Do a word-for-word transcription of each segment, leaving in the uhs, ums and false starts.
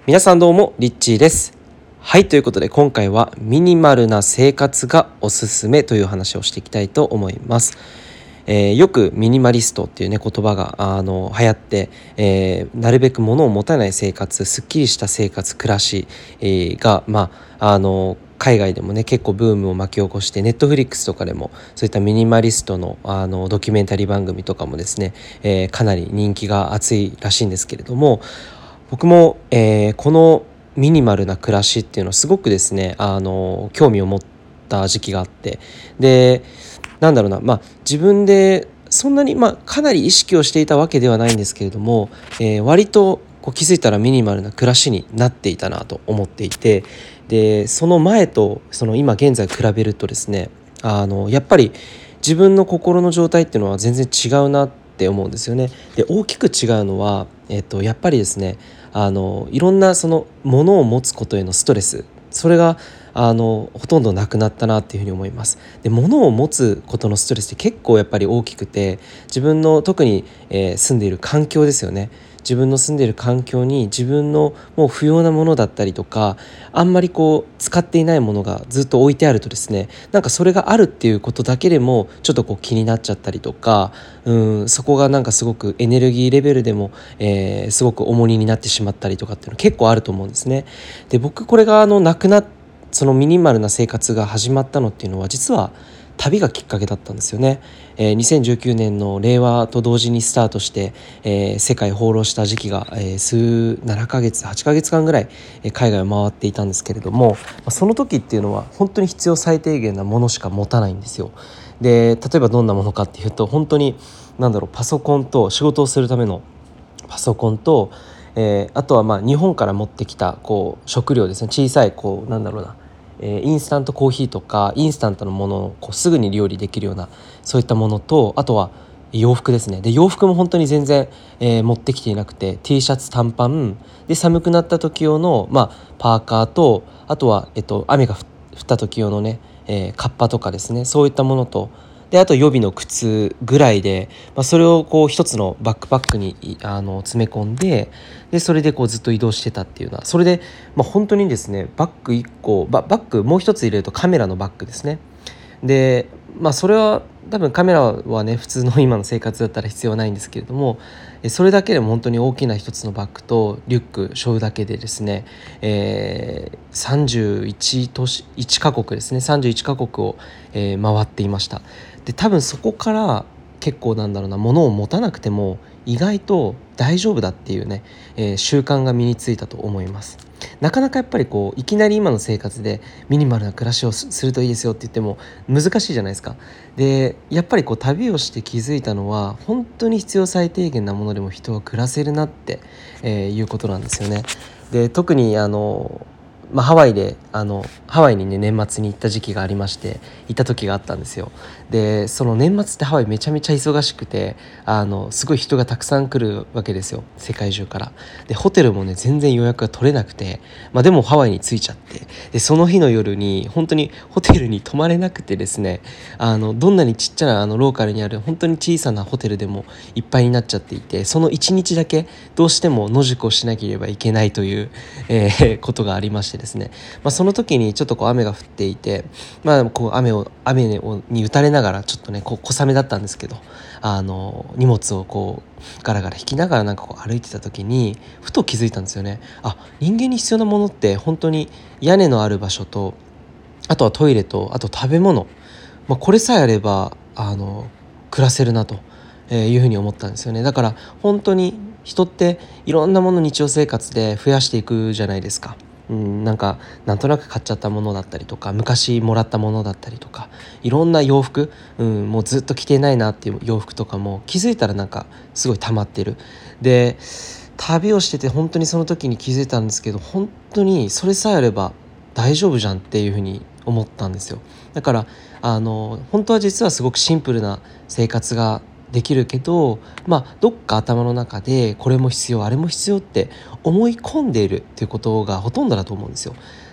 皆さんどうもリッチーです。はい、ということで今回はミニマルな生活がおすすめという話をしていきたいと思います。えー、よくミニマリストっていうね言葉があの流行って、えー、なるべく物を持たない生活、すっきりした生活、暮らし、えー、がまああの海外でもね結構ブームを巻き起こして、ネットフリックスとかでもそういったミニマリストのあのドキュメンタリー番組とかもですね、えー、かなり人気が熱いらしいんですけれども、僕も、えー、このミニマルな暮らしっていうのはすごくですねあの興味を持った時期があって、でなんだろうな、まあ自分でそんなに、まあ、かなり意識をしていたわけではないんですけれども、えー、割とこう気づいたらミニマルな暮らしになっていたなと思っていて、でその前とその今現在比べるとですね、あのやっぱり自分の心の状態っていうのは全然違うなって思うんですよね。で大きく違うのは、えっと、やっぱりですねあのいろんなそのものを持つことへのストレス、それがあのほとんどなくなったなっていうふうに思います。で物を持つことのストレスって結構やっぱり大きくて、自分の特に、えー住んでいる環境ですよね。自分の住んでいる環境に自分のもう不要なものだったりとか、あんまりこう使っていないものがずっと置いてあるとですね、なんかそれがあるっていうことだけでもちょっとこう気になっちゃったりとか、うんそこがなんかすごくエネルギーレベルでも、えーすごく重荷になってしまったりとかっていうの結構あると思うんですね。で僕これがあのなくなそのミニマルな生活が始まったのっていうのは実は旅がきっかけだったんですよね。えー、にせんじゅうきゅうねんの令和と同時にスタートして、えー世界放浪した時期が、えー数ななかげつはちかげつかんぐらい、えー海外を回っていたんですけれども、まあその時っていうのは本当に必要最低限なものしか持たないんですよ。で例えばどんなものかっていうと、本当になんだろうパソコンと仕事をするためのパソコンと、えーあとはまあ日本から持ってきたこう食料ですね。小さいこうなんだろうな、えーインスタントコーヒーとかインスタントのものをこうすぐに料理できるようなそういったものと、あとは洋服ですね。で洋服も本当に全然、えー持ってきていなくて、 T シャツ短パンで寒くなった時用の、まあ、パーカーと、あとは、えっと、雨が降った時用のね、えーカッパとかですね、そういったものと、であと予備の靴ぐらいで、まあ、それをこう一つのバックパックにいあの詰め込んで、でそれでこうずっと移動してたっていうのは、それで、まあ、本当にですねバッグいっこバ、バッグもう一つ入れるとカメラのバッグですね。でまあそれは多分カメラはね普通の今の生活だったら必要ないんですけれども、えそれだけでも本当に大きな一つのバッグとリュック背負うだけでですね、えー、さんじゅういち都市いちカ国ですね、さんじゅういちカ国を、えー回っていました。で多分そこから結構なんだろうな、物を持たなくても意外と大丈夫だっていうね、えー習慣が身についたと思います。なかなかやっぱりこういきなり今の生活でミニマルな暮らしをすするといいですよって言っても難しいじゃないですか。でやっぱりこう旅をして気づいたのは、本当に必要最低限なものでも人は暮らせるなって、えーいうことなんですよね。で特にあのまあ、ハワイであのハワイにね年末に行った時期がありまして、行った時があったんですよ。でその年末ってハワイめちゃめちゃ忙しくて、あのすごい人がたくさん来るわけですよ、世界中から。でホテルもね全然予約が取れなくて、まあ、でもハワイに着いちゃって、でその日の夜に本当にホテルに泊まれなくてですね、あのどんなにちっちゃなあのローカルにある本当に小さなホテルでもいっぱいになっちゃっていて、そのいちにちだけどうしても野宿をしなければいけないという、えーことがありましてですね、まあ、その時にちょっとこう雨が降っていて、まあ、こう雨を雨をに打たれながらちょっとねこう小雨だったんですけど、あの荷物をこうガラガラ引きながらなんかこう歩いてた時にふと気づいたんですよね。あ、人間に必要なものって本当に屋根のある場所と、あとはトイレと、あと食べ物、まあ、これさえあればあの暮らせるなとえーいうふうに思ったんですよね。だから本当に人っていろんなもの日常生活で増やしていくじゃないですか。うん、なんかなんとなく買っちゃったものだったりとか、昔もらったものだったりとか、いろんな洋服、うん、もうずっと着てないなっていう洋服とかも気づいたらなんかすごい溜まってる。で旅をしてて本当にその時に気づいたんですけど、本当にそれさえあれば大丈夫じゃんっていうふうに思ったんですよ。だからあの本当は実はすごくシンプルな生活ができるけど、まあどっか頭の中でこれも必要あれも必要って思い込んでいるっていうことがほとんどだと思うんですよ。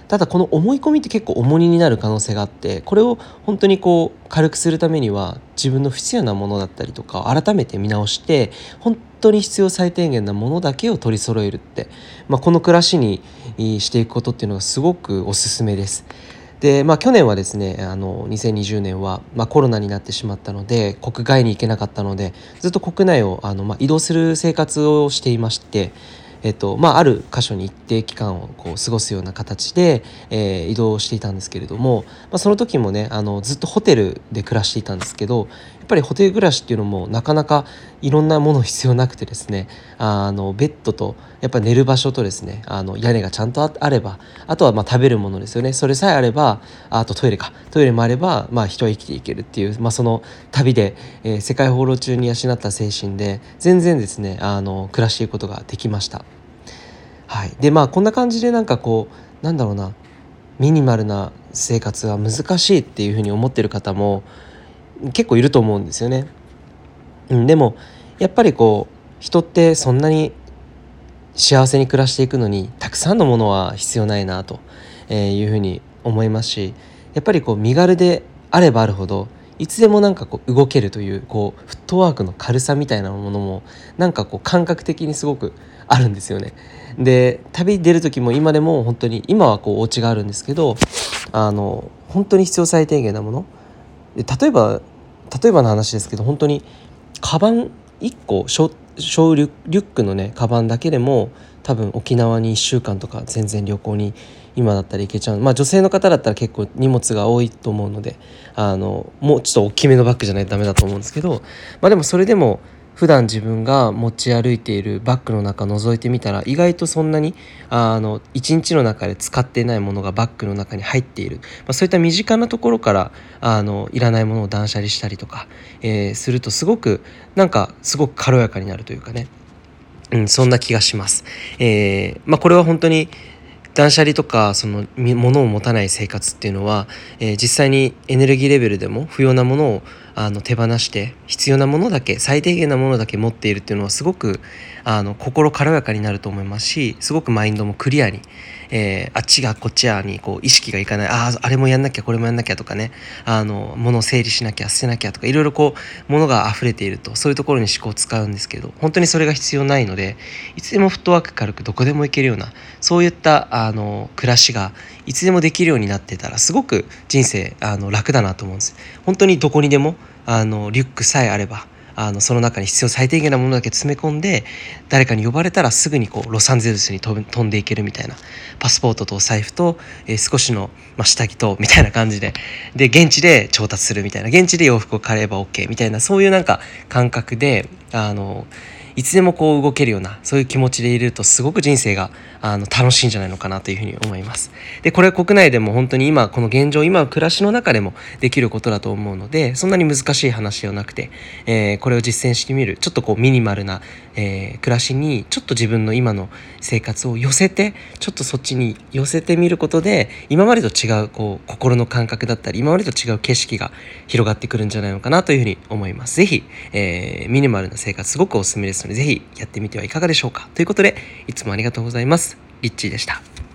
ただこの思い込みって結構重荷になる可能性があって、これを本当にこう軽くするためには自分の必要なものだったりとかを改めて見直して、本当に必要最低限なものだけを取り揃えるって、まあ、この暮らしにしていくことっていうのがすごくおすすめです。で、まあ、去年はですね、あのにせんにじゅうねんは、まあ、コロナになってしまったので国外に行けなかったので、ずっと国内をあの、まあ、移動する生活をしていまして、えっとまあ、ある箇所に一定期間をこう過ごすような形で、えー移動していたんですけれども、まあ、その時もね、あのずっとホテルで暮らしていたんですけど、やっぱりホテル暮らしっていうのもなかなかいろんなもの必要なくてですね、あのベッドとやっぱ寝る場所とですね、あの屋根がちゃんとああれば、あとはまあ食べるものですよね、それさえあれば、あとトイレかトイレもあれば、まあ、人は生きていけるっていう、まあ、その旅で、えー世界放浪中に養った精神で全然ですね、あの暮らしていくことができました。はい、でまあこんな感じで、なんかこうなんだろうな、ミニマルな生活は難しいっていうふうに思ってる方も結構いると思うんですよね。うん、でもやっぱりこう人ってそんなに幸せに暮らしていくのにたくさんのものは必要ないなとえーいうふうに思いますし、やっぱりこう身軽であればあるほどいつでもなんかこう動けるというこうフットワークの軽さみたいなものもなんかこう感覚的にすごくあるんですよね。で旅出る時も今でも本当に、今はこうお家があるんですけど、あの本当に必要最低限なもので、例えば例えばの話ですけど、本当にカバンいっこ、小小リュリュックのねカバンだけでも多分沖縄にいっしゅうかんとか全然旅行に今だったら行けちゃう。まあ女性の方だったら結構荷物が多いと思うので、あのもうちょっと大きめのバッグじゃないとダメだと思うんですけど、まあでもそれでも普段自分が持ち歩いているバッグの中覗いてみたら、意外とそんなにあの一日の中で使っていないものがバッグの中に入っている、まあ、そういった身近なところからあのいらないものを断捨離したりとか、えーするとすごくなんかすごく軽やかになるというかね、うん、そんな気がします。えーまあ、これは本当に断捨離とかそのみ物を持たない生活っていうのは、えー実際にエネルギーレベルでも不要なものをあの手放して必要なものだけ、最低限なものだけ持っているっていうのはすごくあの心軽やかになると思いますし、すごくマインドもクリアに、えーあっちがこっちやにこう意識がいかない、あああれもやんなきゃこれもやんなきゃとかね、あの物を整理しなきゃ捨てなきゃとか、いろいろこう物が溢れているとそういうところに思考を使うんですけど、本当にそれが必要ないので、いつでもフットワーク軽くどこでも行けるような、そういったあの暮らしがいつでもできるようになってたらすごく人生あの楽だなと思うんです。本当にどこにでもあのリュックさえあれば、あのその中に必要最低限なものだけ詰め込んで、誰かに呼ばれたらすぐにこうロサンゼルスに飛ぶ飛んでいけるみたいな、パスポートとお財布と、えー少しの、まあ、下着とみたいな感じで、で現地で調達するみたいな、現地で洋服を買えば OK みたいな、そういうなんか感覚であのいつでもこう動けるような、そういう気持ちでいるとすごく人生があの楽しいんじゃないのかなというふうに思います。でこれは国内でも本当に今この現状、今の暮らしの中でもできることだと思うので、そんなに難しい話ではなくて、えーこれを実践してみる、ちょっとこうミニマルな、えー暮らしにちょっと自分の今の生活を寄せて、ちょっとそっちに寄せてみることで、今までと違うこう心の感覚だったり、今までと違う景色が広がってくるんじゃないのかなというふうに思います。ぜひ、えーミニマルな生活すごくおすすめですので、ぜひやってみてはいかがでしょうか。ということで、いつもありがとうございます。リッチーでした。